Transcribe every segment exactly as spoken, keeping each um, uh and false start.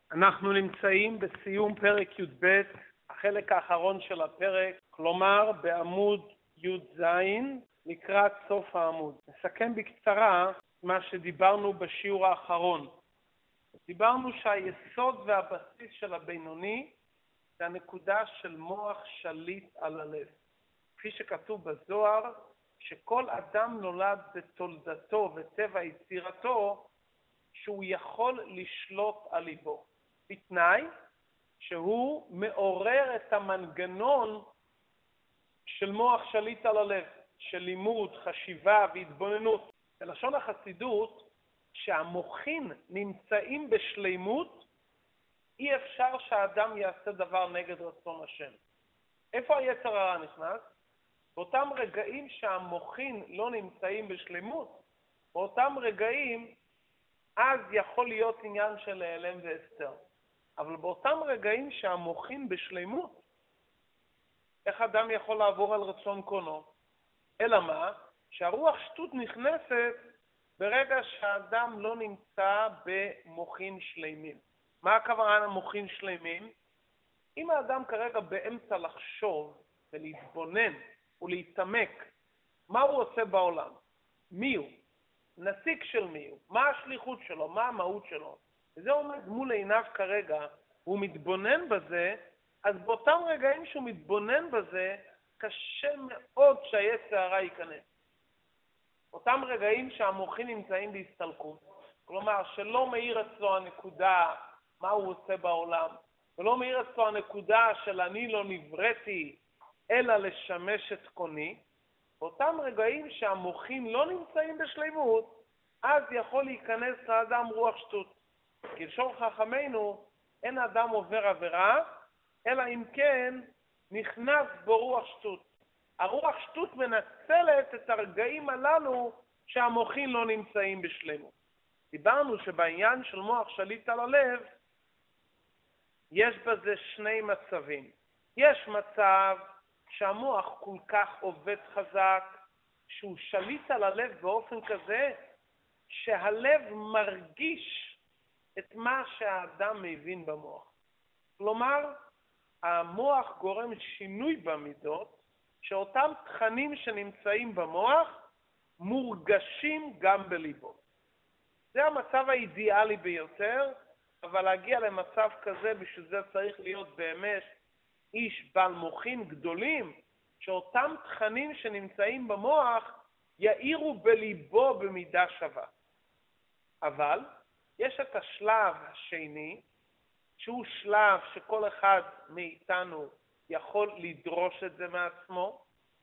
אנחנו נמצאים בסיום פרק י"ב, החלק האחרון של הפרק, כלומר בעמוד י"ז, לקראת סוף העמוד. נסכם בקצרה מה שדיברנו בשיעור האחרון. דיברנו שהיסוד והבסיס של הבינוני זה הנקודה של מוח שליט על הלב. כפי שכתוב בזוהר, שכל אדם נולד בתולדתו וטבע יצירתו, שהוא יכול לשלוט על ליבו. בתנאי שהוא מעורר את המנגנון של מוח שליט על הלב, של לימוד, חשיבה והתבוננות. בלשון החסידות, שהמוחין נמצאים בשלימות, אי אפשר שהאדם יעשה דבר נגד רצון השם. איפה היצר הרע נכנס? באותם רגעים שהמוחין לא נמצאים בשלימות, באותם רגעים אז יכול להיות עניין של העלם והסתר. אבל באותם רגעים שהמוחין בשלימות, איך אדם יכול לעבור על רצון קונו? אלא מה? שהרוח שטות נכנסת ברגע שהאדם לא נמצא במוחין שלימים. מה הכוונה למוחין שלימים? אם האדם כרגע באמצע לחשוב ולהתבונן ולהתעמק, מה הוא עושה בעולם? מי הוא? נסיק של מי הוא? מה השליחות שלו? מה המהות שלו? וזה עומד מול עיניו כרגע, הוא מתבונן בזה, אז באותם רגעים שהוא מתבונן בזה, קשה מאוד שהיצר הרע ייכנס. אותם רגעים שהמוחין נמצאים בהסתלקות, כלומר שלא מאיר אצלו הנקודה מה הוא עושה בעולם, ולא מאיר אצלו הנקודה של אני לא נבראתי אלא לשמש את קוני, באותם רגעים שהמוחין לא נמצאים בשלימות, אז יכול להיכנס לאדם רוח שטות. כלשון חכמינו, אין אדם עובר עבירה, אלא אם כן נכנס בו רוח שטות. הרוח שטות מנצלת את הרגעים הללו שהמוחין לא נמצאים בשלימות. דיברנו שבעניין של מוח שליט על הלב, יש בזה שני מצבים. יש מצב שהמוח כל כך עובד חזק, שהוא שליט על הלב באופן כזה, שהלב מרגיש את מה שהאדם מבין במוח. כלומר, המוח גורם שינוי במידות, שאותם תכנים שנמצאים במוח מורגשים גם בליבו. זה המצב האידיאלי ביותר, אבל להגיע למצב כזה, בשביל זה צריך להיות באמת איש בעל מוחין גדולים, שאותם תכנים שנמצאים במוח יאירו בליבו במידה שווה. אבל יש את השלב השני, שהוא שלב שכל אחד מאיתנו יכול לדרוש את זה מעצמו.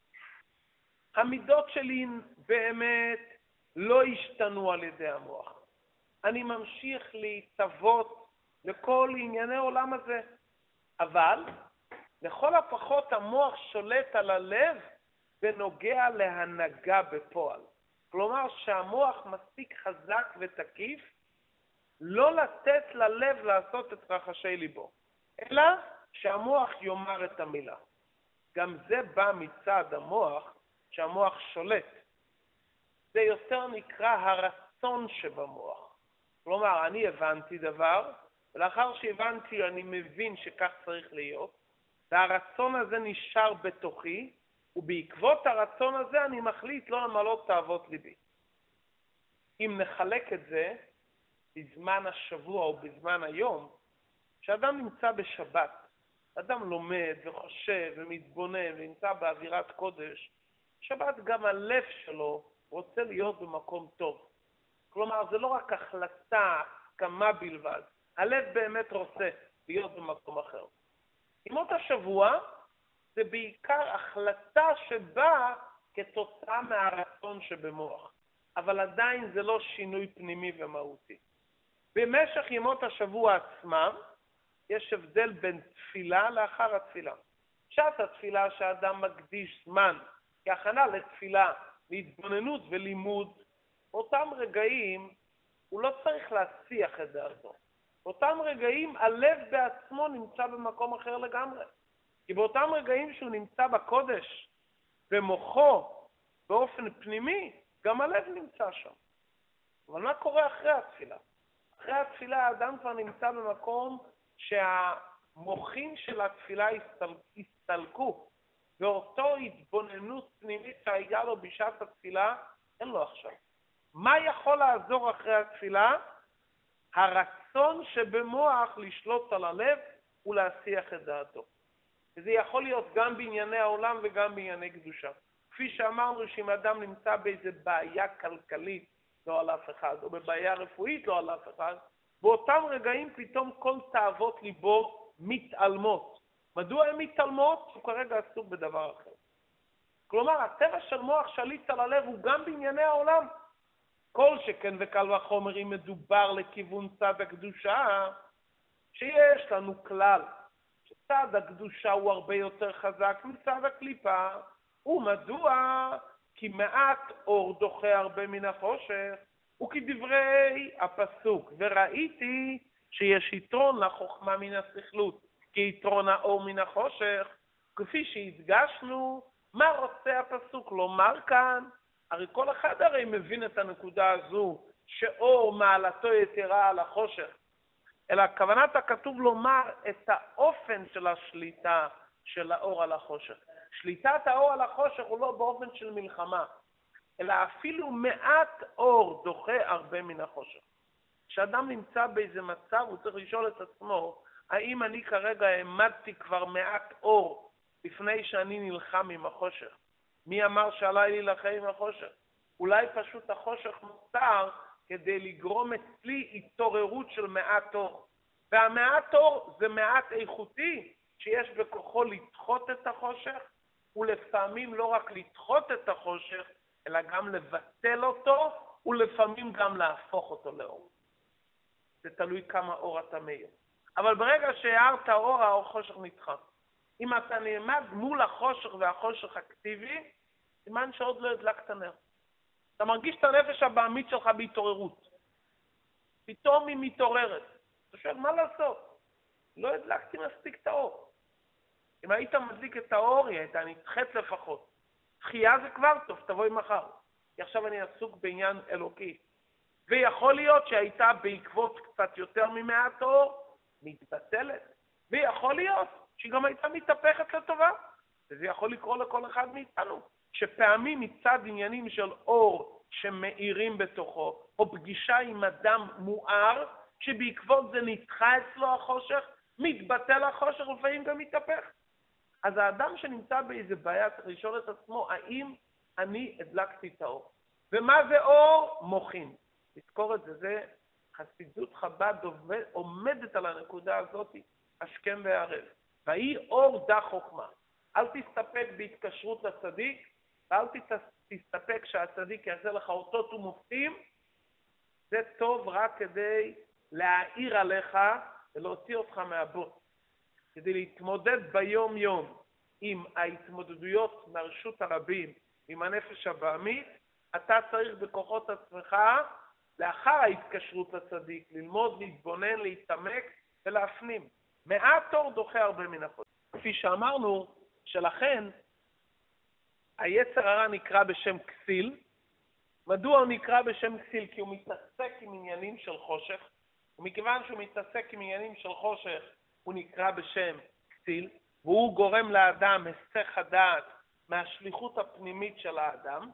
המידות שלי באמת לא השתנו על ידי המוח. אני ממשיך להתאבות לכל ענייני העולם הזה, אבל לכל הפחות המוח שולט על הלב בנוגע להנהגה בפועל. כלומר שהמוח מספיק חזק ותקיף לא לתת ללב לעשות את רחשי ליבו, אלא שהמוח יאמר את המילה. גם זה בא מצד המוח, שהמוח שולט. זה יותר נקרא הרצון שבמוח. כלומר, אני הבנתי דבר, ולאחר שהבנתי אני מבין שכך צריך להיות, והרצון הזה נשאר בתוכי, ובעקבות הרצון הזה אני מחליט לא למלא תאוות ליבי. אם נחלק את זה בזמן השבוע או בזמן היום, כשאדם נמצא בשבת, אדם לומד וחושב ומתבונן ונמצא באווירת קודש, שבת גם הלב שלו רוצה להיות במקום טוב. כלומר, זה לא רק החלטה, הסכמה בלבד. הלב באמת רוצה להיות במקום אחר. ימות השבוע זה בעיקר החלטה שבאה כתוצאה מהרצון שבמוח. אבל עדיין זה לא שינוי פנימי ומהותי. במשך ימות השבוע עצמם, יש הבדל בין תפילה לאחר התפילה. שעת התפילה שהאדם מקדיש זמן כהכנה לתפילה, להתבוננות ולימוד, באותם רגעים הוא לא צריך להסיח את דעתו. באותם רגעים הלב בעצמו נמצא במקום אחר לגמרי. כי באותם רגעים שהוא נמצא בקודש, במוחו, באופן פנימי, גם הלב נמצא שם. אבל מה קורה אחרי התפילה? אחרי התפילה האדם כבר נמצא במקום שהמוחים של התפילה הסתל... הסתלקו, ואותו התבוננות פנימית שהייתה לו בשעת התפילה, אין לו עכשיו. מה יכול לעזור אחרי התפילה? הרצון שבמוח לשלוט על הלב ולהסיח את דעתו. וזה יכול להיות גם בענייני העולם וגם בענייני קדושה. כפי שאמרנו, שאם אדם נמצא באיזה בעיה כלכלית, לא על אף אחד, או בבעיה רפואית, לא על אף אחד, באותם רגעים פתאום כל תאוות ליבו מתעלמות. מדוע הן מתעלמות? הוא כרגע עסוק בדבר אחר. כלומר, הטבע של מוח שליט על הלב הוא גם בענייני העולם. כל שכן וקל וחומר אם מדובר לכיוון צד הקדושה, שיש לנו כלל, שצד הקדושה הוא הרבה יותר חזק מצד הקליפה, ומדוע? כי מעט אור דוחה הרבה מן החושך, וכדברי הפסוק, וראיתי שיש יתרון לחוכמה מן הסכלות, כי יתרון האור מן החושך, כפי שהדגשנו, מה רוצה הפסוק לומר כאן? הרי כל אחד הרי מבין את הנקודה הזו, שאור מעלתו יתרה על החושך, אלא כוונת הכתוב לומר את האופן של השליטה של האור על החושך. שליטת האור על החושך הוא לא באופן של מלחמה, אלא אפילו מעט אור דוחה הרבה מן החושך. כשאדם נמצא באיזה מצב, הוא צריך לשאול את עצמו, האם אני כרגע העמדתי כבר מעט אור לפני שאני נלחם עם החושך? מי אמר שעליי להילחם עם החושך? אולי פשוט החושך נוצר כדי לגרום אצלי התעוררות של מעט אור. והמעט אור זה מעט איכותי שיש בכוחו לדחות את החושך, ולפעמים לא רק לדחות את החושך, אלא גם לבטל אותו, ולפעמים גם להפוך אותו לאור. זה תלוי כמה אור אתה מאיר. אבל ברגע שהארת אור, האור חושך נדחק. אם אתה נעמד מול החושך והחושך אקטיבי, סימן שעוד לא הדלקת נר. אתה מרגיש את הנפש הבעמית שלך בהתעוררות. פתאום היא מתעוררת. אתה שואל, מה לעשות? לא הדלקתי מספיק את האור. אם היית מדליק את האור, היא הייתה נדחית לפחות. דחייה זה כבר טוב, תבואי מחר. כי עכשיו אני עסוק בעניין אלוקי. ויכול להיות שהייתה בעקבות קצת יותר ממעט אור, מתבטלת. ויכול להיות שהיא גם הייתה מתהפכת לטובה. וזה יכול לקרוא לכל אחד מאיתנו. שפעמים מצד עניינים של אור שמאירים בתוכו, או פגישה עם אדם מואר, שבעקבות זה נדחה אצלו החושך, מתבטל החושך ולפעמים גם מתהפך. אז האדם שנמצא באיזה בעיה צריך לשאול את עצמו, האם אני הדלקתי את האור? ומה זה אור? מוחין. תזכור את זה, זה חסידות חב"ד עומדת על הנקודה הזאת, השכם והערב. והיא אור דה חוכמה. אל תסתפק בהתקשרות לצדיק, ואל תסתפק שהצדיק יעשה לך אותות ומופתים, זה טוב רק כדי להעיר עליך ולהוציא אותך מהבוט. כדי להתמודד ביום יום עם ההתמודדויות מרשות הרבים, עם הנפש הבעמית, אתה צריך בכוחות עצמך, לאחר ההתקשרות לצדיק, ללמוד, להתבונן, להתעמק ולהפנים. מעט אור דוחה הרבה מן החושך. כפי שאמרנו, שלכן היצר הרע נקרא בשם כסיל. מדוע הוא נקרא בשם כסיל? כי הוא מתעסק עם עניינים של חושך, ומכיוון שהוא מתעסק עם עניינים של חושך, הוא נקרא בשם כסיל, והוא גורם לאדם הסח הדעת מהשליחות הפנימית של האדם.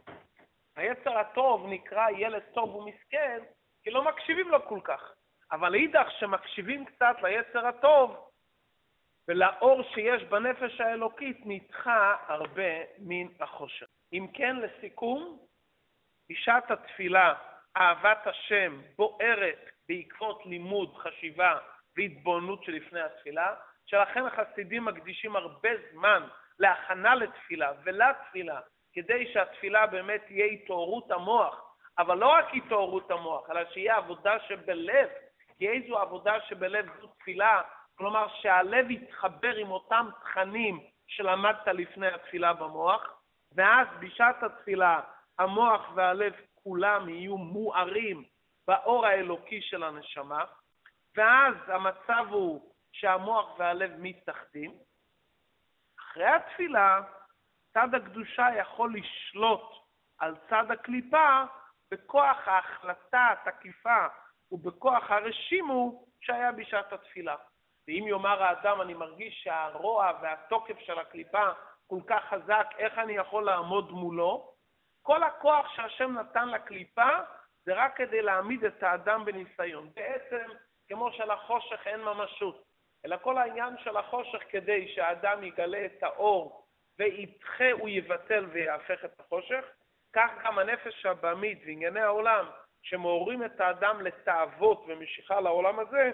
היצר הטוב נקרא ילד טוב ומסכן, כי לא מקשיבים לו כל כך. אבל להידך שמקשיבים קצת ליצר הטוב, ולאור שיש בנפש האלוקית נדחה הרבה מן החושך. אם כן, לסיכום, בשעת התפילה, אהבת השם בוערת בעקבות לימוד, חשיבה והתבוננות שלפני התפילה, שלכן החסידים מקדישים הרבה זמן להכנה לתפילה ולתפילה, כדי שהתפילה באמת תהיה התעוררות המוח, אבל לא רק התעוררות המוח, אלא שיהיה עבודה שבלב, כי איזו עבודה שבלב זו תפילה, כלומר שהלב יתחבר עם אותם תכנים שלמדת לפני התפילה במוח, ואז בשעת התפילה המוח והלב כולם יהיו מוארים באור האלוקי של הנשמה, ואז המצב הוא שהמוח והלב מתאחדים. אחרי התפילה, צד הקדושה יכול לשלוט על צד הקליפה בכוח ההחלטה התקיפה ובכוח הרשימו שהיה בשעת התפילה. ואם יאמר האדם, אני מרגיש שהרוע והתוקף של הקליפה כל כך חזק, איך אני יכול לעמוד מולו? כל הכוח שהשם נתן לקליפה זה רק כדי להעמיד את האדם בניסיון. בעצם, כמו שלחושך אין ממשות, אלא כל העניין של החושך כדי שהאדם יגלה את האור וידחה, הוא יבטל ויהפך את החושך, כך גם הנפש הבאמית וענייני העולם שמעוררים את האדם לתאוות ומשיכה לעולם הזה,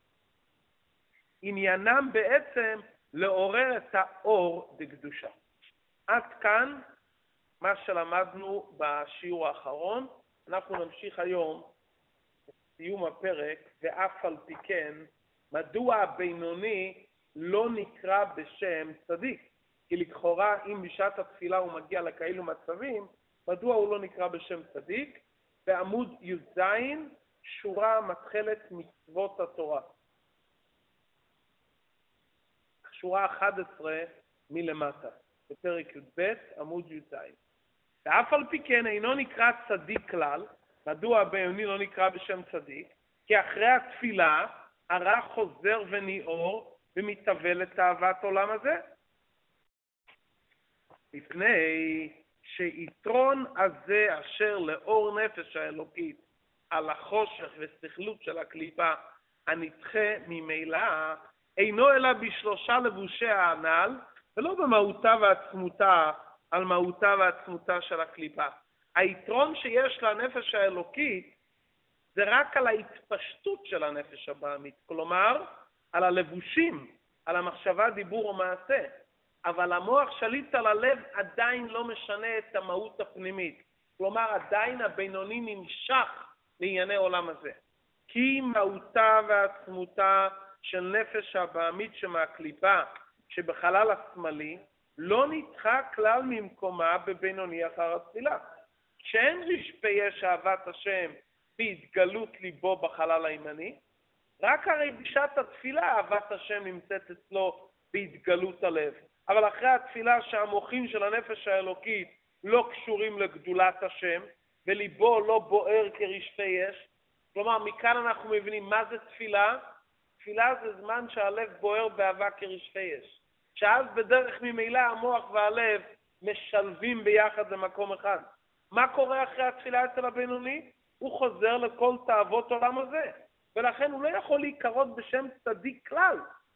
עניינם בעצם לעורר את האור בקדושה. עד כאן מה שלמדנו בשיעור האחרון. אנחנו נמשיך היום סיום הפרק, ואף על פי כן, מדוע הבינוני לא נקרא בשם צדיק? כי לכאורה אם בשעת התפילה הוא מגיע לכאלו מצבים, מדוע הוא לא נקרא בשם צדיק? בעמוד י"ז, שורה מתחילת מצוות התורה. שורה אחת עשרה מלמטה, בפרק י"ב, עמוד י"ז. ואף על פי כן אינו נקרא צדיק כלל. מדוע הבינוני לא נקרא בשם צדיק? כי אחרי התפילה הרע חוזר וניעור ומתהווה לתאוות עולם הזה. לפני שיתרון הזה אשר לאור נפש האלוקית על החושך וסכלות של הקליפה הנדחה ממילא, אינו אלא בשלושה לבושי הענל, ולא במהותה ועצמותה על מהותה ועצמותה של הקליפה. היתרון שיש לנפש האלוקית זה רק על ההתפשטות של הנפש הבאמית, כלומר על הלבושים, על המחשבה, דיבור או מעשה. אבל המוח שליט על הלב עדיין לא משנה את המהות הפנימית. כלומר, עדיין הבינוני נמשך לענייני עולם הזה. כי מהותה ועצמותה של נפש הבאמית שמהקליפה שבחלל השמאלי לא נדחה כלל ממקומה בבינוני אחר התפילה. שאין רשפי יש אהבת השם בהתגלות ליבו בחלל הימני, רק הרי בשעת התפילה אהבת השם נמצאת אצלו בהתגלות הלב. אבל אחרי התפילה שהמוחים של הנפש האלוקית לא קשורים לגדולת השם, וליבו לא בוער כרשפי אש, כלומר מכאן אנחנו מבינים מה זה תפילה. תפילה זה זמן שהלב בוער באהבה כרשפי אש, שאז בדרך ממילא המוח והלב משלבים ביחד למקום אחד. מה קורה אחרי התפילה אצל הבינוני? הוא חוזר לכל תאוות עולם הזה, ולכן הוא לא יכול להיקרות בשם צדיק כלל,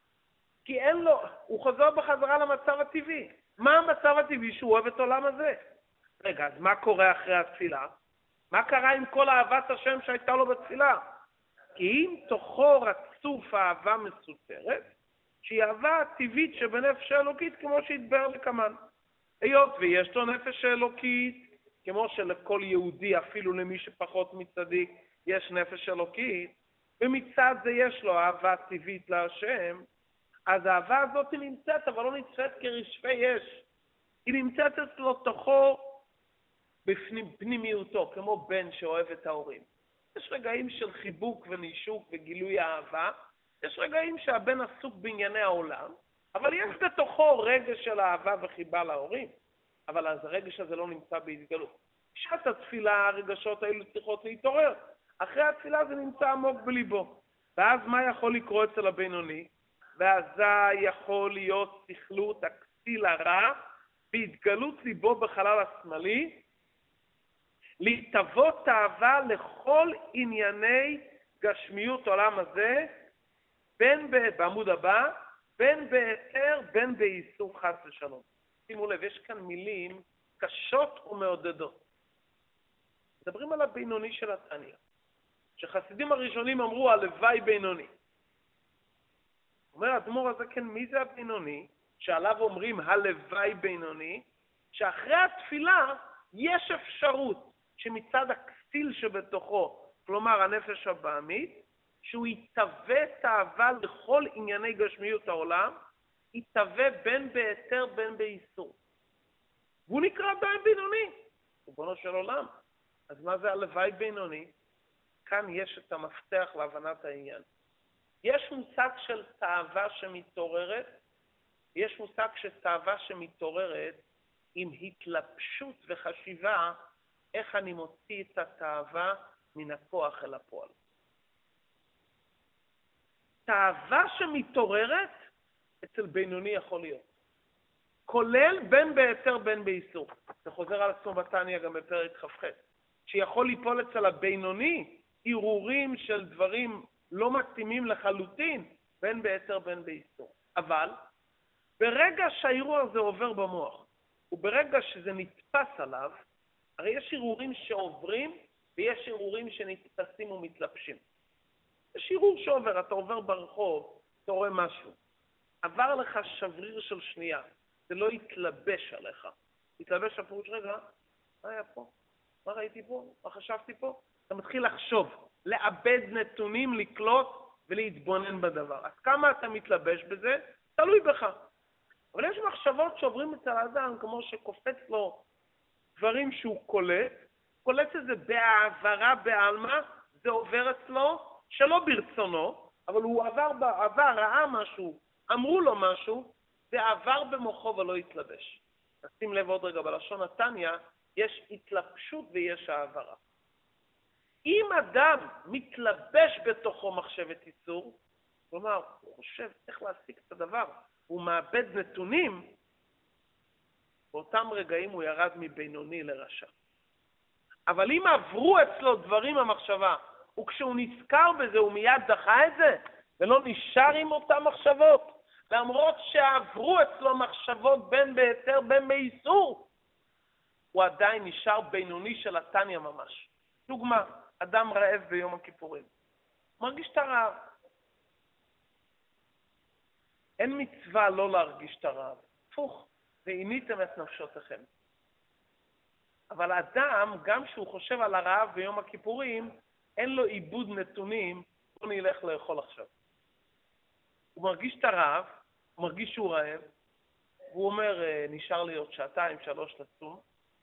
כי אין לו, הוא חוזר בחזרה למצב הטבעי. מה המצב הטבעי? שהוא אוהב את עולם הזה. רגע, אז מה קורה אחרי התפילה? מה קרה עם כל אהבת השם שהייתה לו בתפילה? כי אם תוכו רצוף אהבה מסותרת, שהיא אהבה טבעית שבנפש האלוקית כמו שהתבאר לקמן. היות ויש לו נפש אלוקית, כמו שלכל יהודי, אפילו למי שפחות מצדיק, יש נפש אלוקית, ומצד זה יש לו אהבה טבעית להשם, אז האהבה הזאת היא נמצאת, אבל לא נמצאת כרשפי אש. היא נמצאת אצלו תוכו בפנימיותו, כמו בן שאוהב את ההורים. יש רגעים של חיבוק ונישוק וגילוי האהבה, יש רגעים שהבן עסוק בענייני העולם, אבל יש בתוכו רגע של אהבה וחיבה להורים, אבל אז הרגש הזה לא נמצא בהתגלות. בשעת התפילה הרגשות האלו צריכות להתעורר. אחרי התפילה זה נמצא עמוק בליבו. ואז מה יכול לקרות אצל הבינוני? ואזי יכול להיות סכלות הכסיל הרע בהתגלות ליבו בחלל השמאלי, להתאבות תאווה לכל ענייני גשמיות עולם הזה, בין בעמוד הבא, בין בהיתר, בין באיסור חס ושלום. שימו לב, יש כאן מילים קשות ומעודדות. מדברים על הבינוני של התניא, שחסידים הראשונים אמרו הלוואי בינוני. אומר האדמו"ר הזה, כן, מי זה הבינוני? שעליו אומרים הלוואי בינוני, שאחרי התפילה יש אפשרות שמצד הכסיל שבתוכו, כלומר הנפש הבאמית, שהוא יתהווה תאווה לכל ענייני גשמיות העולם, יתהווה בין בהיתר בין באיסור. והוא נקרא עדיין בינוני, ריבונו של עולם. אז מה זה הלוואי בינוני? כאן יש את המפתח להבנת העניין. יש מושג של תאווה שמתעוררת, יש מושג של תאווה שמתעוררת עם התלבשות וחשיבה איך אני מוציא את התאווה מן הכוח אל הפועל. תאווה שמתעוררת אצל בינוני יכול להיות. כולל בין בהיתר בין באיסור. זה חוזר על עצמו בתניא גם בפרק כ"ח. שיכול ליפול אצל הבינוני ערעורים של דברים לא מתאימים לחלוטין בין בהיתר בין באיסור. אבל ברגע שהערעור הזה עובר במוח, וברגע שזה נתפס עליו, הרי יש ערעורים שעוברים ויש ערעורים שנתפסים ומתלבשים. יש ערעור שעובר, אתה עובר ברחוב, אתה רואה משהו. עבר לך שבריר של שנייה, זה לא יתלבש עליך. יתלבש הפירוש, רגע, מה היה פה? מה ראיתי פה? מה חשבתי פה? אתה מתחיל לחשוב, לאבד נתונים, לקלוט ולהתבונן בדבר. אז כמה אתה מתלבש בזה? תלוי בך. אבל יש מחשבות שעוברים אצל האדם, כמו שקופץ לו דברים שהוא קולט, קולט את זה בהעברה בעלמא, זה עובר אצלו שלא ברצונו, אבל הוא עבר בעבר, ראה משהו, אמרו לו משהו, זה עבר במוחו ולא התלבש. נשים לב עוד רגע, בלשון התניא יש התלבשות ויש העברה. אם אדם מתלבש בתוכו מחשבת איסור, כלומר, הוא חושב איך להשיג את הדבר, הוא מאבד נתונים, באותם רגעים הוא ירד מבינוני לרשע. אבל אם עברו אצלו דברים המחשבה, וכשהוא נזכר בזה הוא מיד דחה את זה, ולא נשאר עם אותם מחשבות, למרות שעברו אצלו מחשבות בין בהיתר בין באיסור, הוא עדיין נשאר בינוני של התניא ממש. דוגמה, אדם רעב ביום הכיפורים. מרגיש את הרעב. אין מצווה לא להרגיש את הרעב. הפוך, ועיניתם את נפשותיכם. אבל האדם, גם שהוא חושב על הרעב ביום הכיפורים, אין לו עיבוד נתונים, בוא נלך לאכול עכשיו. הוא מרגיש את הרעב, הוא מרגיש שהוא רעב, והוא אומר, נשאר לי עוד שעתיים, שלוש לצום,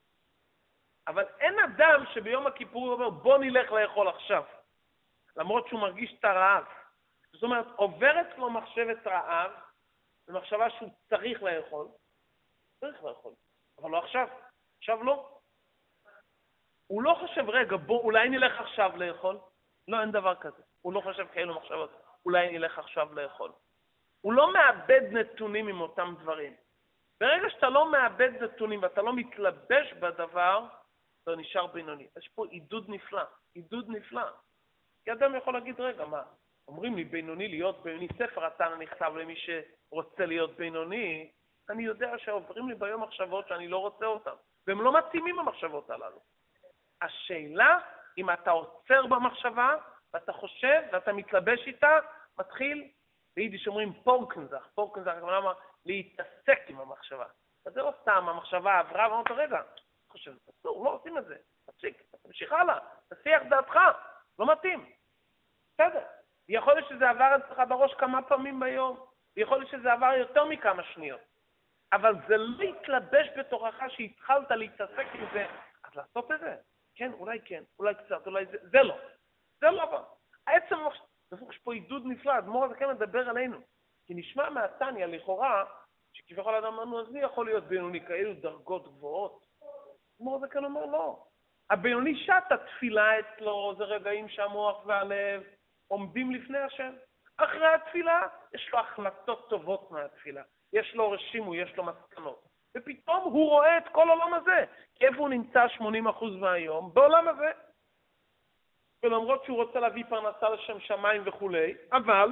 אבל אין אדם שביום הכיפורים אומר, בוא נלך לאכול עכשיו, למרות שהוא מרגיש את הרעב. זאת אומרת, עוברת לו מחשבת רעב, זו מחשבה שהוא צריך לאכול, צריך לאכול, אבל לא עכשיו, עכשיו לא. הוא לא חושב, רגע, בוא, אולי נלך עכשיו לאכול? לא, אין דבר כזה. הוא לא חושב כאלו מחשבות, אולי נלך עכשיו לאכול. הוא לא מאבד נתונים עם אותם דברים. ברגע שאתה לא מאבד נתונים ואתה לא מתלבש בדבר, אתה נשאר בינוני. יש פה עידוד נפלא, עידוד נפלא. כי אדם יכול להגיד, רגע, מה? אומרים לי בינוני להיות בינוני, ספר התניא נכתב למי שרוצה להיות בינוני, אני יודע שעוברים לי ביום מחשבות שאני לא רוצה אותן, והם לא מתאימים המחשבות הללו. השאלה, אם אתה עוצר במחשבה, ואתה חושב, ואתה מתלבש איתה, מתחיל, ביידיש אומרים פורקנזך, פורקנזך, הכוונה מה? להתעסק עם המחשבה. אז זה לא סתם, המחשבה עברה, ואומרת, רגע, אני חושב, אסור, לא עושים את זה, תפסיק, תמשיך הלאה, תסיח דעתך, לא מתאים. בסדר, יכול להיות שזה עבר אצלך בראש כמה פעמים ביום, ויכול להיות שזה עבר יותר מכמה שניות, אבל זה לא התלבש בתוכך שהתחלת להתעסק עם זה, אז לעשות את זה. כן, אולי כן, אולי קצת, אולי זה, זה לא. זה לא עבר. העצם, יש פה עידוד נפלא, אדמו"ר הזקן מדבר עלינו. כי נשמע מהתניא לכאורה, שכביכול אדם אמרנו, אז מי יכול להיות בינוני, כאלו דרגות גבוהות? אדמו"ר הזקן אומר, לא. הבינוני שעת התפילה אצלו, זה רגעים שהמוח והלב עומדים לפני השם. אחרי התפילה, יש לו החלטות טובות מהתפילה. יש לו רשימו, יש לו מסקנות. ופתאום הוא רואה את כל העולם הזה. איפה הוא נמצא שמונים אחוז מהיום? בעולם הזה. ולמרות שהוא רוצה להביא פרנסה לשם שמיים וכולי, אבל,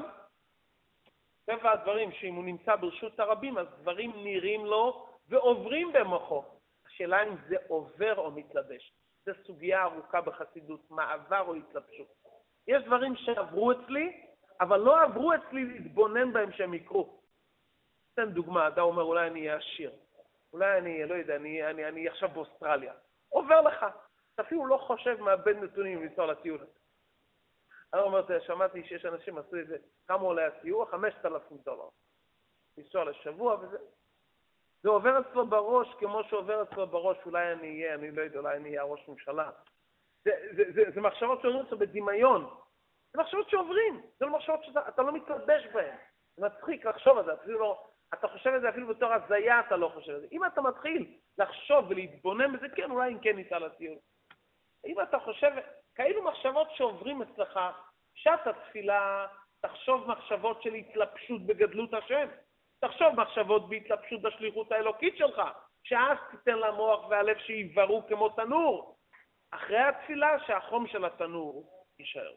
טבע הדברים שאם הוא נמצא ברשות הרבים, אז דברים נראים לו ועוברים במוחו. השאלה אם זה עובר או מתלבש. זו סוגיה ארוכה בחסידות, מעבר או התלבשות. יש דברים שעברו אצלי, אבל לא עברו אצלי להתבונן בהם שהם יקרו. אתן דוגמה, אתה אומר, אולי אני אהיה עשיר. אולי אני, לא יודע, אני, אני, אני עכשיו באוסטרליה. עובר לך. אתה אפילו לא חושב מאבד נתונים לנסוע לטיול הזה. אני אומרת, שמעתי שיש אנשים עשו את זה, כמה עולה הטיול? חמשת אלפים דולר. לנסוע לשבוע וזה. זה עובר אצלו בראש, כמו שעובר אצלו בראש, אולי אני אהיה, אני לא יודע, אולי אני אהיה ראש ממשלה. זה, זה, זה, זה מחשבות שעוברים אצלו בדמיון. זה מחשבות שעוברים. זה לא מחשבות שאתה לא מתלבש בהן. זה מצחיק לחשוב על זה, אפילו לא... אתה חושב את זה אפילו בתור הזיה, אתה לא חושב את זה. אם אתה מתחיל לחשוב ולהתבונן בזה, כן, אולי אם כן ניסה לטיול. אם אתה חושב, כאלו מחשבות שעוברים אצלך, שעת התפילה, תחשוב מחשבות של התלבשות בגדלות השם. תחשוב מחשבות בהתלבשות בשליחות האלוקית שלך, שאז תיתן למוח והלב שיברו כמו תנור. אחרי התפילה שהחום של התנור יישאר.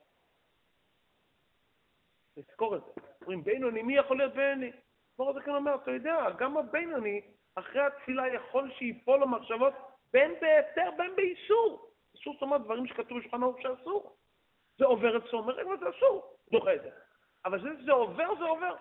תזכור את זה. אומרים, בינוני, מי יכול להיות בינוני? כמו זה כאן אומר, אתה יודע, גם הבינוני, אחרי התפילה יכול שיפול לו מחשבות בין בהיתר, בין באיסור. איסור זאת אומרת דברים שכתוב בשולחן ערוך שאסור. זה עובר אצלו, אומר, רגע, זה אסור, דוחה את זה. אבל זה, זה עובר, זה עובר.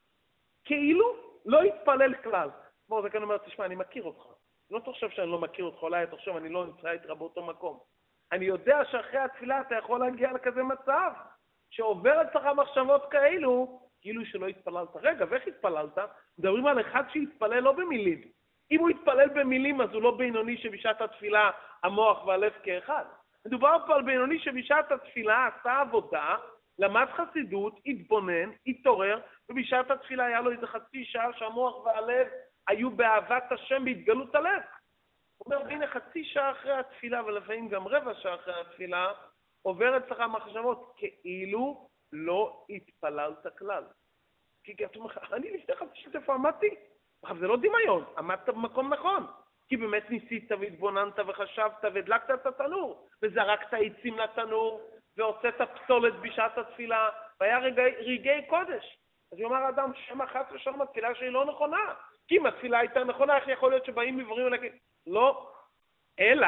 כאילו לא יתפלל כלל. כמו זה כאן אומר, תשמע, אני מכיר אותך. לא תחשב שאני לא מכיר אותך, אולי תחשב, אני לא נמצא איתך באותו מקום. אני יודע שאחרי התפילה אתה יכול להגיע לכזה מצב, שעובר אצלך מחשבות כאלו, כאילו שלא התפללת. רגע, ואיך התפללת? מדברים על אחד שהתפלל לא במילים. אם הוא התפלל במילים, אז הוא לא בינוני שבשעת התפילה המוח והלב כאחד. מדובר פה על בינוני שבשעת התפילה עשה עבודה, למד חסידות, התבונן, התעורר, ובשעת התפילה היה לו איזה חצי שעה שהמוח והלב היו באהבת השם בהתגלות הלב. הוא אומר, הנה חצי שעה אחרי התפילה, ולפעמים גם רבע שעה אחרי התפילה, עובר אצלך מחשבות כאילו לא התפללת כלל. כי אתה אומר, אני לפני חצי שעה איפה עמדתי? אבל זה לא דמיון, עמדת במקום נכון. כי באמת ניסית והתבוננת וחשבת והדלקת את התנור, וזרקת עצים לתנור, והוצאת פסולת בשעת התפילה, והיה רגעי, רגעי קודש. אז יאמר האדם, שם אחת ושם התפילה שהיא לא נכונה. כי אם התפילה הייתה נכונה, איך יכול להיות שבאים מברים ולהגיד? לא. אלא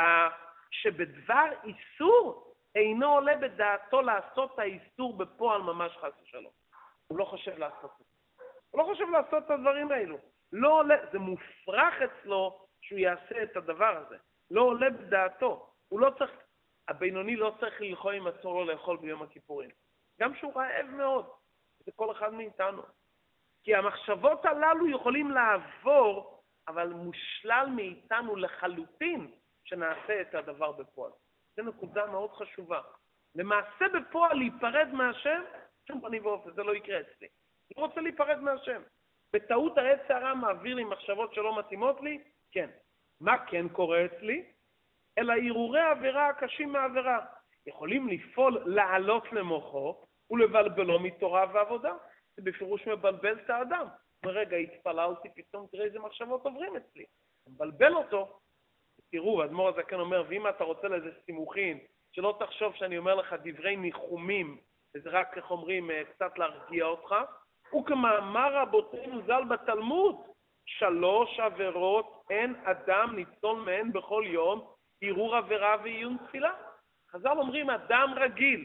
שבדבר איסור אינו עולה בדעתו לעשות את האיסור בפועל ממש חס ושלום. הוא לא חושב לעשות את זה. הוא לא חושב לעשות את הדברים האלו. לא עולה, זה מופרך אצלו שהוא יעשה את הדבר הזה. לא עולה בדעתו. הוא לא צריך, הבינוני לא צריך ללחוא עם עצמו לא לאכול ביום הכיפורים. גם שהוא רעב מאוד. זה כל אחד מאיתנו. כי המחשבות הללו יכולים לעבור, אבל מושלל מאיתנו לחלוטין שנעשה את הדבר בפועל. זו נקודה מאוד חשובה. למעשה בפועל להיפרד מהשם, שום פנים ואופן, זה לא יקרה אצלי. אני רוצה להיפרד מהשם. בטעות העץ הרע מעביר לי מחשבות שלא מתאימות לי, כן. מה כן קורה אצלי? אלא ערעורי העבירה הקשים מהעבירה. יכולים לפעול לעלות למוחו ולבלבלו מתורה ועבודה. זה בפירוש מבלבל את האדם. ברגע התפללתי, פתאום תראה איזה מחשבות עוברים אצלי. מבלבל אותו. תראו, האדמו"ר הזקן אומר, ואם אתה רוצה לאיזה סימוכין, שלא תחשוב שאני אומר לך דברי ניחומים, וזה רק, איך אומרים, קצת להרגיע אותך, וכמאמר רבותינו ז"ל בתלמוד, שלוש עבירות אין אדם ניצול מהן בכל יום, ערעור עבירה ועיון תפילה. חז"ל אומרים, אדם רגיל.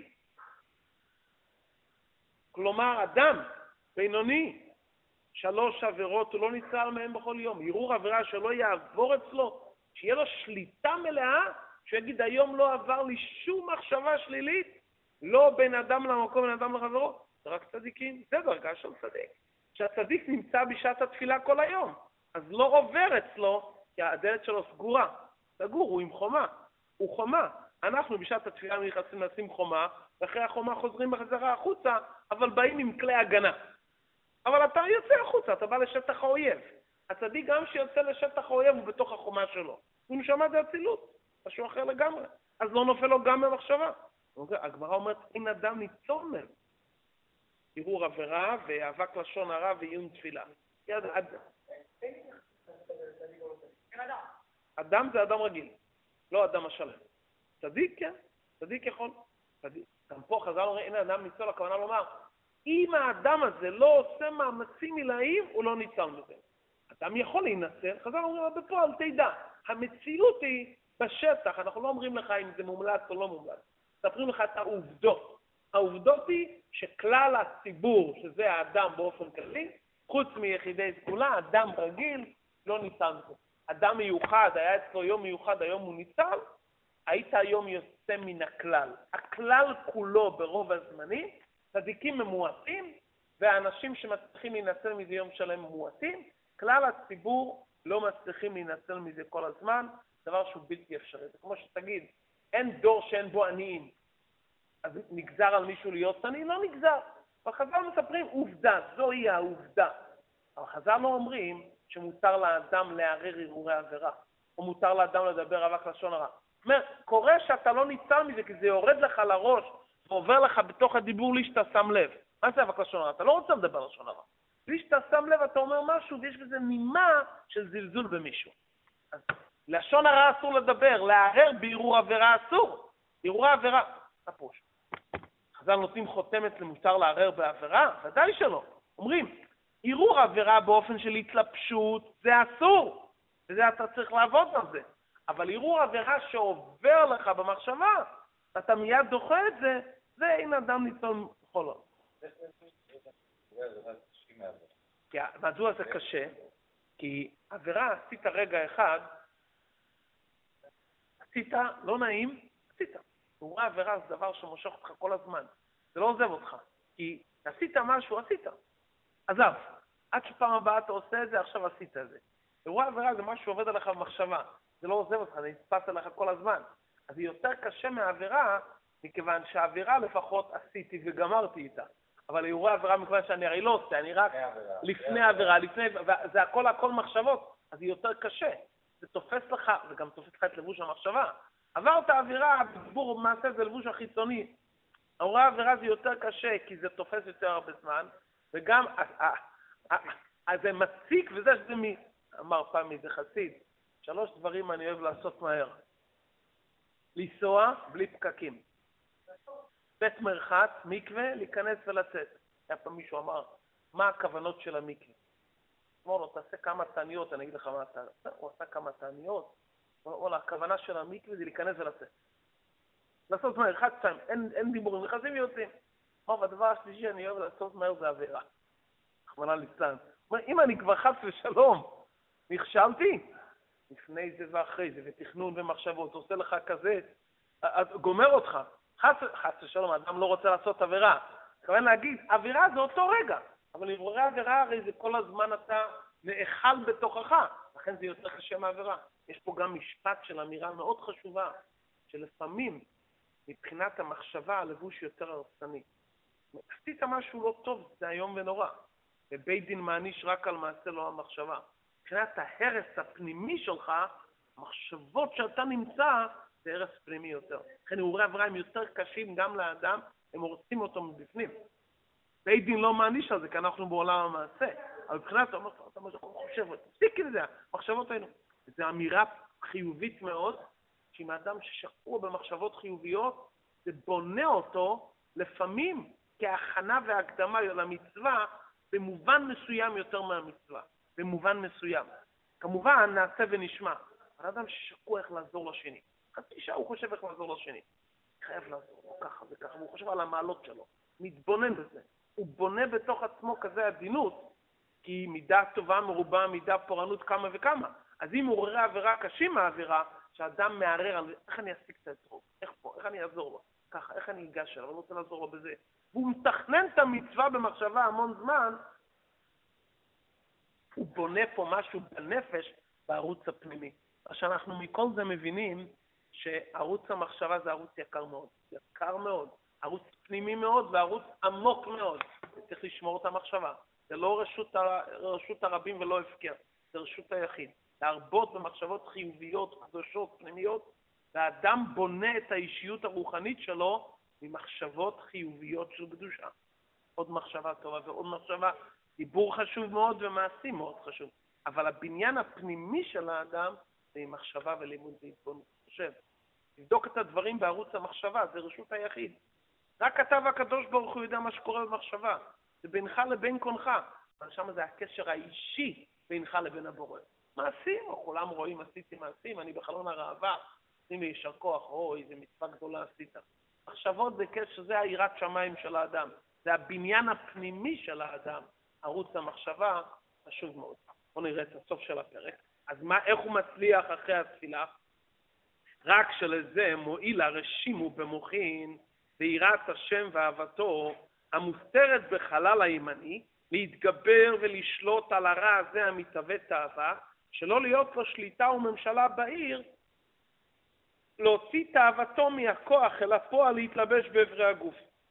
כלומר, אדם בינוני, שלוש עבירות הוא לא ניצל מהן בכל יום. ערעור עבירה שלא יעבור אצלו, שיהיה לו שליטה מלאה, שיגיד, היום לא עבר לי שום מחשבה שלילית, לא בין אדם למקום, בין אדם לחברו. זה רק צדיקים, זה דרגה של צדיק. שהצדיק נמצא בשעת התפילה כל היום, אז לא עובר אצלו, כי הדלת שלו סגורה. סגור, הוא עם חומה, הוא חומה. אנחנו בשעת התפילה נכנסים לשים חומה, ואחרי החומה חוזרים בחזרה החוצה, אבל באים עם כלי הגנה. אבל אתה יוצא החוצה, אתה בא לשטח האויב. הצדיק גם שיוצא לשטח האויב הוא בתוך החומה שלו. הוא נשמע זה אצילות, משהו אחר לגמרי. אז לא נופל לו גם במחשבה. הגמרא אומרת, אין אדם ניצול מהם. ערעור עבירה ואבק לשון הרע ועיון תפילה. אדם זה אדם רגיל, לא אדם השלם. צדיק, כן, צדיק יכול. צדיק. גם פה חז"ל אומרים, אין אדם ניצול, הכוונה לומר, אם האדם הזה לא עושה מאמצים מלאים, הוא לא ניצל מזה. אדם יכול להינצל, חז"ל אומרים, בפועל תדע, המציאות היא בשטח, אנחנו לא אומרים לך אם זה מומלץ או לא מומלץ, מספרים לך את העובדות. העובדות היא שכלל הציבור, שזה האדם באופן כללי, חוץ מיחידי סגולה, אדם רגיל, לא ניצל מזה. אדם מיוחד, היה אצלו יום מיוחד, היום הוא ניצל, היית היום יוצא מן הכלל. הכלל כולו ברוב הזמנים, צדיקים ממועטים, והאנשים שמצליחים להינצל מזה יום שלם ממועטים, כלל הציבור לא מצליחים להינצל מזה כל הזמן, דבר שהוא בלתי אפשרי. זה כמו שתגיד, אין דור שאין בו עניים, אז נגזר על מישהו להיות עני? לא נגזר. אבל חז"ל מספרים עובדה, זוהי העובדה. אבל חז"ל לא אומרים שמותר לאדם לערער ערעורי עבירה, או מותר לאדם לדבר אבק לשון הרע. זאת אומרת, קורה שאתה לא ניצל מזה, כי זה יורד לך לראש, ועובר לך בתוך הדיבור לי שאתה שם לב. מה זה אבק לשון הרע? אתה לא רוצה לדבר לשון הרע. בלי שאתה שם לב, אתה אומר משהו, ויש בזה נימה של זלזול במישהו. אז לשון הרע אסור לדבר, לערער בערעור עבירה אסור. ערעור עבירה, הפוש. חז"ל נותנים חותמת למותר לערער בעבירה? ודאי שלא. אומרים, ערעור עבירה באופן של התלבשות, זה אסור. וזה אתה צריך לעבוד על זה. אבל ערעור עבירה שעובר לך במחשבה, אתה מיד דוחה את זה, זה אין אדם ניצול חולו. כי מדוע זה קשה? כי עבירה עשית רגע אחד, עשית, לא נעים, עשית. ערעור עבירה זה דבר שמושך אותך כל הזמן. זה לא עוזב אותך. כי עשית משהו, עשית. עזב. עד שפעם הבאה אתה עושה את זה, עכשיו עשית את זה. ערעור עבירה זה משהו שעובד עליך במחשבה. זה לא עוזב אותך, זה נתפס עליך כל הזמן. אז זה יותר קשה מהעבירה, מכיוון שהעבירה לפחות עשיתי וגמרתי איתה. אבל ערעור העבירה מכיוון שאני הרי לא עושה, אני רק לפני העבירה, לפני, זה הכל הכל מחשבות, אז זה יותר קשה. זה תופס לך, וגם תופס לך את לבוש המחשבה. עברת העבירה, בדיבור מעשה זה לבוש החיצוני. ערעור העבירה זה יותר קשה, כי זה תופס יותר הרבה זמן, וגם, אז זה מציק, וזה שזה מי, אמר פעם איזה חסיד, שלוש דברים אני אוהב לעשות מהר. לנסוע בלי פקקים. בית מרחץ, מקווה, להיכנס ולצאת. היה פעם מישהו אמר, מה הכוונות של המקווה? אמר לו, תעשה כמה תעניות, אני אגיד לך מה אתה... הוא עשה כמה תעניות. אמר לו, הכוונה של המקווה זה להיכנס ולצאת. לעשות מהר, אחד, שתיים, אין, אין דיבורים, נכנסים ויוצאים. אמר, והדבר השלישי אני אוהב לעשות מהר זה עבירה. רחמנא ליצלן. אם אני כבר חס ושלום, נכשלתי, לפני זה ואחרי זה, ותכנון ומחשבות, עושה לך כזה, גומר אותך. חס, חס ושלום, האדם לא רוצה לעשות עבירה. כמובן להגיד, עבירה זה אותו רגע, אבל עבורי עבירה הרי זה כל הזמן אתה נאכל בתוכך, לכן זה יותר קשה מעבירה. יש פה גם משפט של אמירה מאוד חשובה, שלפעמים מבחינת המחשבה הלבוש יותר הרסני. עשית משהו לא טוב, זה היום ונורא. ובית דין מעניש רק על מעשה לא המחשבה. מבחינת ההרס הפנימי שלך, המחשבות שאתה נמצא, זה הרס פנימי יותר. לכן ערעורי עבירה הם יותר קשים גם לאדם, הם הורסים אותו מבפנים. בית דין לא מעניש על זה, כי אנחנו בעולם המעשה. אבל מבחינת, אתה אומר, אתה חושב, תפסיק את זה, מחשבות האלו. זו אמירה חיובית מאוד, שאם האדם ששקוע במחשבות חיוביות, זה בונה אותו לפעמים כהכנה והקדמה למצווה, במובן מסוים יותר מהמצווה. במובן מסוים. כמובן, נעשה ונשמע. האדם ששקוע איך לעזור לשני. חצי שעה הוא חושב איך לעזור לשני. חייב לעזור לו ככה וככה, והוא חושב על המעלות שלו. מתבונן בזה. הוא בונה בתוך עצמו כזה עדינות, כי מידה טובה מרובה, מידה פורענות כמה וכמה. אז אם הוא רואה עבירה קשים מהעבירה, שאדם מערער על איך אני אשיג את העזרו, איך פה, איך אני אעזור לו, ככה, איך אני אגש אליו, אני רוצה לעזור לו בזה. והוא מתכנן את המצווה במחשבה המון זמן, הוא בונה פה משהו בנפש בערוץ הפנימי. אז שאנחנו מכל זה מבינים שערוץ המחשבה זה ערוץ יקר מאוד, יקר מאוד, ערוץ פנימי מאוד וערוץ עמוק מאוד. צריך לשמור את המחשבה. זה לא רשות, רשות הרבים ולא הפקר, זה רשות היחיד. להרבות במחשבות חיוביות, קדושות, פנימיות, והאדם בונה את האישיות הרוחנית שלו ממחשבות חיוביות של קדושה. עוד מחשבה טובה ועוד מחשבה, דיבור חשוב מאוד ומעשי מאוד חשוב. אבל הבניין הפנימי של האדם זה עם מחשבה ולימוד והתבוננות. חושב, תבדוק את הדברים בערוץ המחשבה, זה רשות היחיד. רק אתה והקדוש ברוך הוא יודע מה שקורה במחשבה. זה בינך לבין קונך. אבל שם זה הקשר האישי בינך לבין הבורא. מעשים, או כולם רואים, עשיתי מעשים, אני בחלון הראווה, עושים לי יישר כוח, או איזה מצווה גדולה עשית. מחשבות זה קשר, זה העירת שמיים של האדם. זה הבניין הפנימי של האדם. ערוץ המחשבה חשוב מאוד. בואו נראה את הסוף של הפרק. אז מה, איך הוא מצליח אחרי התפילה? רק שלזה מועיל הרשימו במוחין, ביראת השם ואהבתו, המוסתרת בחלל הימני, להתגבר ולשלוט על הרע הזה המתהווה תאווה, שלא להיות לו שליטה וממשלה בעיר, להוציא תאוותו מהכוח אל הפועל להתלבש בעברי הגוף.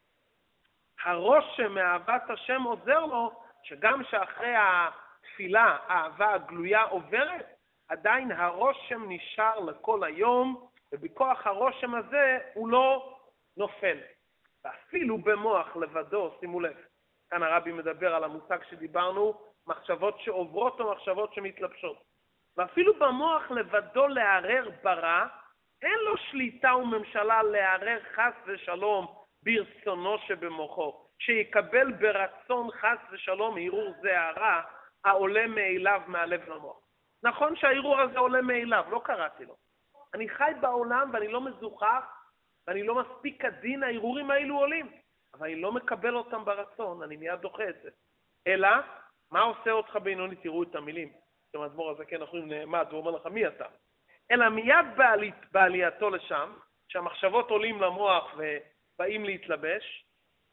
הרושם מאהבת השם עוזר לו, שגם שאחרי התפילה האהבה הגלויה עוברת, עדיין הרושם נשאר לכל היום, ובכוח הרושם הזה הוא לא נופל. ואפילו במוח לבדו, שימו לב, כאן הרבי מדבר על המושג שדיברנו, מחשבות שעוברות או מחשבות שמתלבשות. ואפילו במוח לבדו לערער ברע, אין לו שליטה וממשלה לערער חס ושלום ברצונו שבמוחו, שיקבל ברצון חס ושלום ערעור זה הרע העולה מאליו מהלב למוח. נכון שהערעור הזה עולה מאליו, לא קראתי לו. אני חי בעולם ואני לא מזוכח, ואני לא מספיק כדין, הערעורים האלו עולים, אבל אני לא מקבל אותם ברצון, אני מיד דוחה את זה. אלא, מה עושה אותך בינוני? תראו את המילים. המזמור הזה כן אנחנו נעמד, הוא אומר לך, מי אתה? אלא מיד בעלי, בעלייתו לשם, שהמחשבות עולים למוח ובאים להתלבש,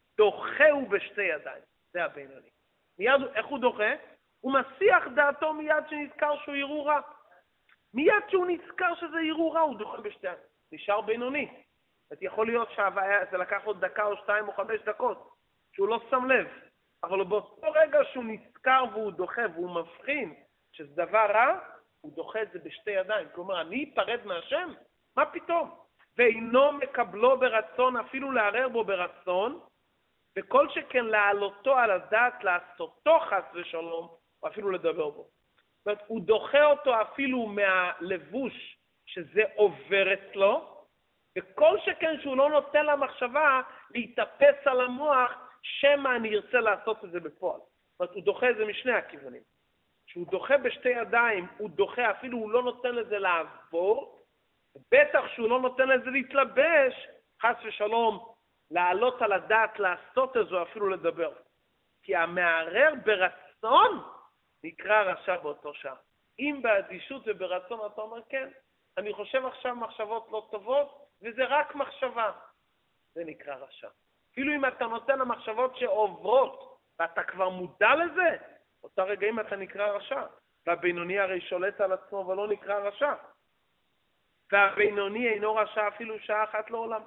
דוחהו בשתי ידיים. זה הבינוני. מיד, איך הוא דוחה? הוא מסיח דעתו מיד שנזכר שהוא ערעור רע. מיד שהוא נזכר שזה ערעור רע, הוא דוחה בשתי ידיים. נשאר בינוני. יכול להיות שזה לקח עוד דקה או שתיים או חמש דקות, שהוא לא שם לב. אבל באותו רגע שהוא נזכר והוא דוחה והוא מבחין שזה דבר רע, הוא דוחה את זה בשתי ידיים. כלומר, אני אפרד מהשם? מה פתאום? ואינו מקבלו ברצון, אפילו לערער בו ברצון, וכל שכן להעלותו על הדעת, לעשותו חס ושלום, או אפילו לדבר בו. זאת אומרת, הוא דוחה אותו אפילו מהלבוש שזה עובר אצלו, וכל שכן שהוא לא נותן למחשבה להתאפס על המוח, שמה אני ארצה לעשות את זה בפועל. זאת אומרת, הוא דוחה את זה משני הכיוונים. כשהוא דוחה בשתי ידיים, הוא דוחה, אפילו הוא לא נותן לזה לעבור, בטח שהוא לא נותן לזה להתלבש, חס ושלום, לעלות על הדעת, לעשות את זה, אפילו לדבר. כי המערער ברצון נקרא רשע באותו שעה. אם באדישות וברצון אתה אומר, כן, אני חושב עכשיו מחשבות לא טובות, וזה רק מחשבה. זה נקרא רשע. אפילו אם אתה נותן למחשבות שעוברות, ואתה כבר מודע לזה, אותה רגעים אתה נקרא רשע. והבינוני הרי שולט על עצמו ולא נקרא רשע. והבינוני אינו רשע אפילו שעה אחת לעולם.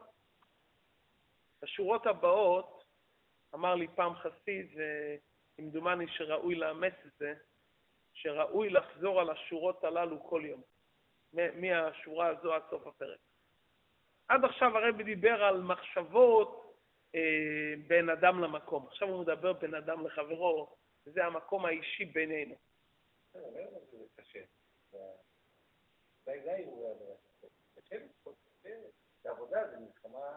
בשורות הבאות, אמר לי פעם חסיד, וכמדומני שראוי לאמץ את זה, שראוי לחזור על השורות הללו כל יום. מהשורה הזו עד סוף הפרק. עד עכשיו הרבי דיבר על מחשבות אה, בין אדם למקום. עכשיו הוא מדבר בין אדם לחברו, וזה המקום האישי בינינו. זה קשה. זה הערעור קשה. זה עבודה, זה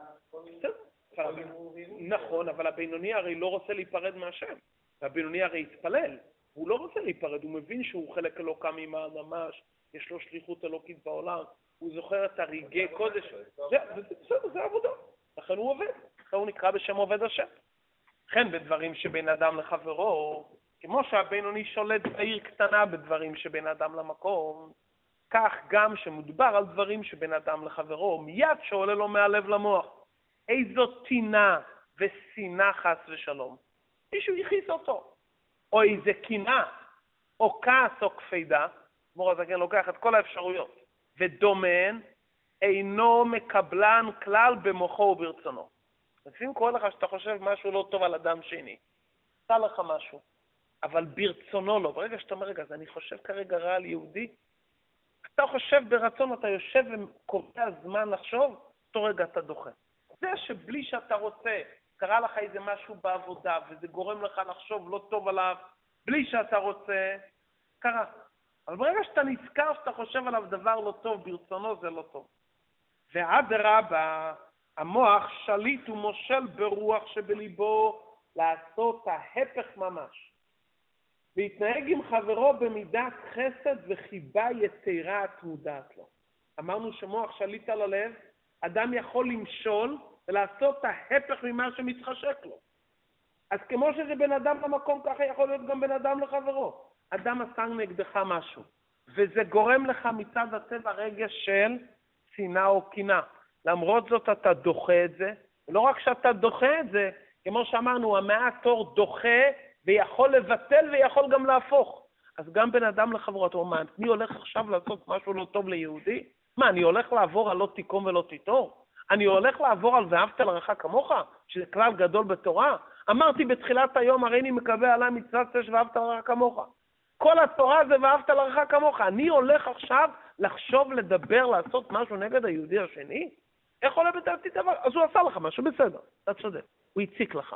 מלחמה. נכון, אבל הבינוני הרי לא רוצה להיפרד מהשם. והבינוני הרי התפלל. הוא לא רוצה להיפרד, הוא מבין שהוא חלק אלוקה ממעל ממש, יש לו שליחות אלוקית בעולם, הוא זוכר את הרגעי קודש. בסדר, זה עבודה. לכן הוא עובד. לכן הוא נקרא בשם עובד השם. לכן בדברים שבין אדם לחברו, כמו שהבינוני שולט בעיר קטנה בדברים שבין אדם למקום, כך גם שמודבר על דברים שבין אדם לחברו, מיד שעולה לו מהלב למוח. איזו טינה ושנאה חס ושלום. מישהו יכיס אותו. או איזה קינה, או כעס או כפידה, מור הזקן לוקח את כל האפשרויות, ודומן אינו מקבלן כלל במוחו וברצונו. לפעמים קורא לך שאתה חושב משהו לא טוב על אדם שני, עשה לך משהו, אבל ברצונו לא. ברגע שאתה אומר, רגע, אז אני חושב כרגע רע על יהודי, אתה חושב ברצון, אתה יושב וקובע זמן לחשוב, אותו רגע אתה דוחה. זה שבלי שאתה רוצה, קרה לך איזה משהו בעבודה, וזה גורם לך לחשוב לא טוב עליו, בלי שאתה רוצה, קרה. אבל ברגע שאתה נזכר שאתה חושב עליו דבר לא טוב, ברצונו זה לא טוב. ואדרבה, המוח שליט ומושל ברוח שבליבו לעשות ההפך ממש. והתנהג עם חברו במידת חסד וחיבה יתרה התמודעת לו. אמרנו שמוח שליט על הלב, אדם יכול למשול ולעשות ההפך ממה שמתחשק לו. אז כמו שזה בן אדם למקום, ככה יכול להיות גם בן אדם לחברו. אדם עשה נגדך משהו, וזה גורם לך מצד הטבע רגש של שנאה או קנאה. למרות זאת אתה דוחה את זה, ולא רק שאתה דוחה את זה, כמו שאמרנו, המעט אור דוחה ויכול לבטל ויכול גם להפוך. אז גם בן אדם לחברו, אתה אומר, אני הולך עכשיו לעשות משהו לא טוב ליהודי? מה, אני הולך לעבור על לא תיקום ולא תיטור? אני הולך לעבור על ואהבת לרעך כמוך, שזה כלל גדול בתורה? אמרתי בתחילת היום, הרי אני מקווה עליי מצוות שש ואהבת לרעך כמוך. כל התורה זה ואהבת לרעך כמוך. אני הולך עכשיו לחשוב, לדבר, לעשות משהו נגד היהודי השני? איך עולה בדעתי דבר? אז הוא עשה לך משהו, בסדר, אתה צודק, הוא הציק לך.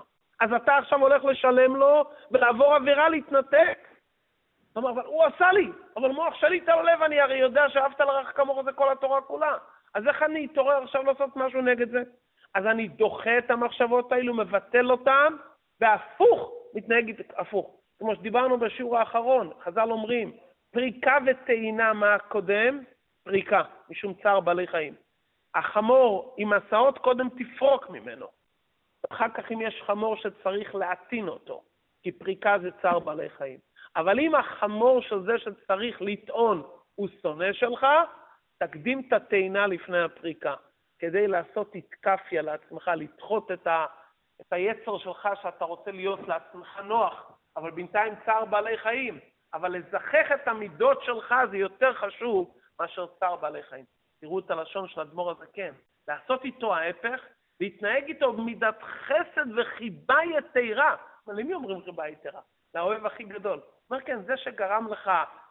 אז אתה עכשיו הולך לשלם לו ולעבור עבירה להתנתק. הוא אומר, אבל הוא עשה לי, אבל מוח שליט על הלב, אני הרי יודע שאהבת לרעך כמוך זה כל התורה כולה. אז איך אני אתעורר עכשיו לעשות משהו נגד זה? אז אני דוחה את המחשבות האלו, מבטל אותם, והפוך, מתנהג הפוך. כמו שדיברנו בשיעור האחרון, חז"ל אומרים, פריקה וטעינה מה קודם? פריקה, משום צער בעלי חיים. החמור עם מסעות קודם תפרוק ממנו. אחר כך אם יש חמור שצריך להטעין אותו, כי פריקה זה צער בעלי חיים. אבל אם החמור של זה שצריך לטעון הוא שונא שלך, תקדים את הטעינה לפני הפריקה, כדי לעשות התקפיה לעצמך, לדחות את, ה, את היצר שלך שאתה רוצה להיות לעצמך נוח, אבל בינתיים צער בעלי חיים. אבל לזכח את המידות שלך זה יותר חשוב מאשר צער בעלי חיים. תראו את הלשון של האדמו"ר הזקן, לעשות איתו ההפך, להתנהג איתו במידת חסד וחיבה יתרה. למי אומרים חיבה יתרה? לאוהב הכי גדול. אומר כן, זה שגרם לך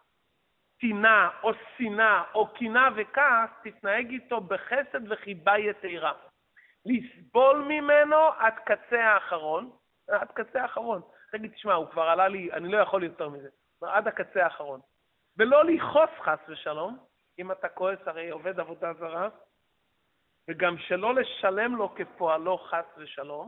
טינה או שנאה או קינה וכעס, תתנהג איתו בחסד וחיבה יתרה. לסבול ממנו עד קצה האחרון, עד קצה האחרון. תגיד, תשמע, הוא כבר עלה לי, אני לא יכול יותר מזה. עד הקצה האחרון. ולא לכעוס חס ושלום, אם אתה כועס הרי עובד עבודה זרה, וגם שלא לשלם לו כפועלו חס ושלום,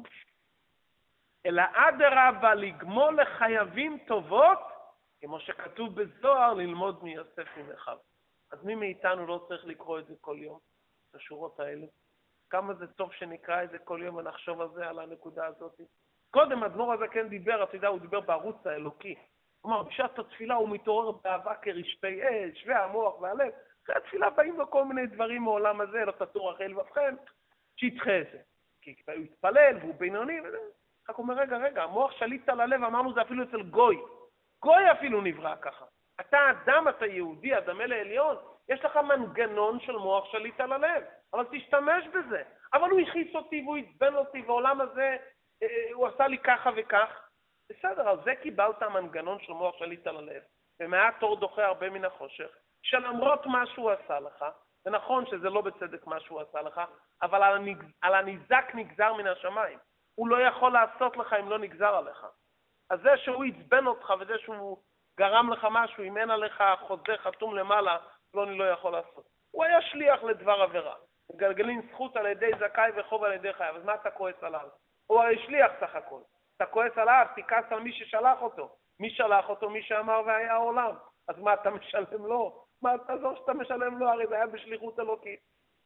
אלא אדרבה לגמול לחייבים טובות, כמו שכתוב בזוהר, ללמוד מיוסף ממך. אז מי מאיתנו לא צריך לקרוא את זה כל יום, את השורות האלה? כמה זה טוב שנקרא את זה כל יום ונחשוב על זה, על הנקודה הזאת. קודם האדמו"ר הזקן דיבר, אתה יודע, הוא דיבר בערוץ האלוקי. הוא אמר, בשעת התפילה הוא מתעורר באהבה כרשפי אש, והמוח והלב. אחרי התפילה באים לו כל מיני דברים מעולם הזה, לא תטור אחרי לבבכם, שידחה את זה. כי הוא התפלל והוא בינוני וזה. רק אומר, רגע, רגע, המוח שליט על הלב, אמרנו זה אפילו אצל גוי. גוי אפילו נברא ככה. אתה אדם, אתה יהודי, אדמה לעליון, יש לך מנגנון של מוח שליט על הלב, אבל תשתמש בזה. אבל הוא הכיס אותי והוא התבן אותי, והעולם הזה, אה, הוא עשה לי ככה וכך. בסדר, על זה קיבלת המנגנון של מוח שליט על הלב, ומעט אור דוחה הרבה מן החושך, שלמרות מה שהוא עשה לך, ונכון שזה לא בצדק מה שהוא עשה לך, אבל על, הנגז, על הניזק נגזר מן השמיים. הוא לא יכול לעשות לך אם לא נגזר עליך. אז זה שהוא יצבן אותך וזה שהוא גרם לך משהו, אם אין עליך חוזה חתום למעלה, לא אני לא יכול לעשות. הוא היה שליח לדבר עבירה. מגלגלים זכות על ידי זכאי וחוב על ידי חייב. אז מה אתה כועס עליו? הוא הרי שליח סך הכל. אתה כועס עליו, תכעס על מי ששלח אותו. מי שלח אותו? מי שאמר והיה העולם. אז מה אתה משלם לו? מה אתה זו שאתה משלם לו? הרי זה היה בשליחות אלוקית.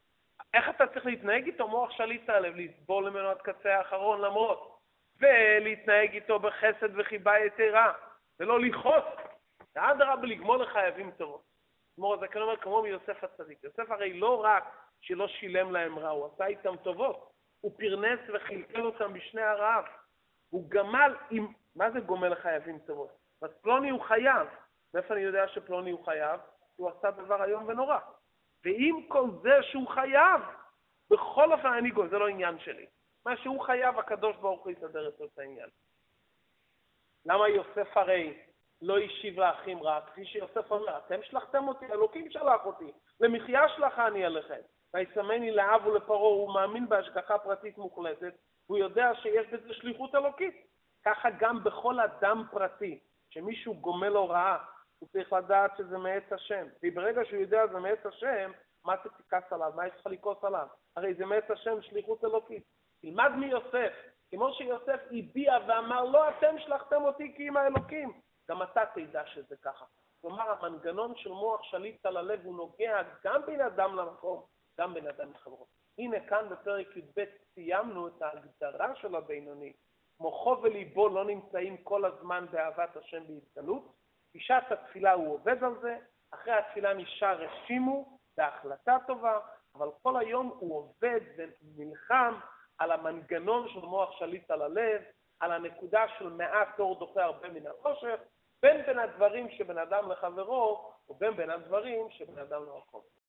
איך אתה צריך להתנהג איתו? מוח שליט עליו, לסבול ממנו עד קצה האחרון למרות. ולהתנהג איתו בחסד וחיבה יתרה. ולא לכעוס. אדרבה לגמול לחייבים טובות. אדמו"ר הזקן אומר כמו מיוסף הצדיק. יוסף הרי לא רק שלא שילם להם רע, הוא עשה איתם טובות. הוא פרנס וחילקל אותם בשני הרעב. הוא גמל עם... מה זה גומל לחייבים טובות? אז פלוני הוא חייב. מאיפה אני יודע שפלוני הוא חייב? הוא עשה דבר היום ונורא. ועם כל זה שהוא חייב, בכל אופן אני גומל, זה לא עניין שלי. מה שהוא חייב, הקדוש ברוך הוא יסדר את העניין. למה יוסף הרי לא השיב לאחים רע? כפי שיוסף אומר, אתם שלחתם אותי, אלוקים שלח אותי, למחיה שלחני עליכם. וישמני לאב ולפרעה, הוא מאמין בהשגחה פרטית מוחלטת, הוא יודע שיש בזה שליחות אלוקית. ככה גם בכל אדם פרטי, שמישהו גומל לו רעה, הוא צריך לדעת שזה מעץ השם. וברגע שהוא יודע שזה מעץ השם, מה אתה תכעס עליו? מה יש לך לכעוס עליו? הרי זה מעץ השם, שליחות אלוקית. תלמד מיוסף, כמו שיוסף הביע ואמר, לא אתם שלחתם אותי כי עם האלוקים. גם אתה תדע שזה ככה. כלומר, המנגנון של מוח שליט על הלב הוא נוגע גם בין אדם למקום, גם בין אדם לחברו. הנה כאן בפרק י"ב סיימנו את ההגדרה של הבינוני. מוחו וליבו לא נמצאים כל הזמן באהבת השם בהתגלות. בשעת התפילה הוא עובד על זה, אחרי התפילה נשאר רשימו בהחלטה טובה, אבל כל היום הוא עובד ונלחם על המנגנון של מוח שליט על הלב, על הנקודה של מעט אור דוחה הרבה מן החושך, בין בין הדברים שבין אדם לחברו, ובין בין הדברים שבין אדם למקום.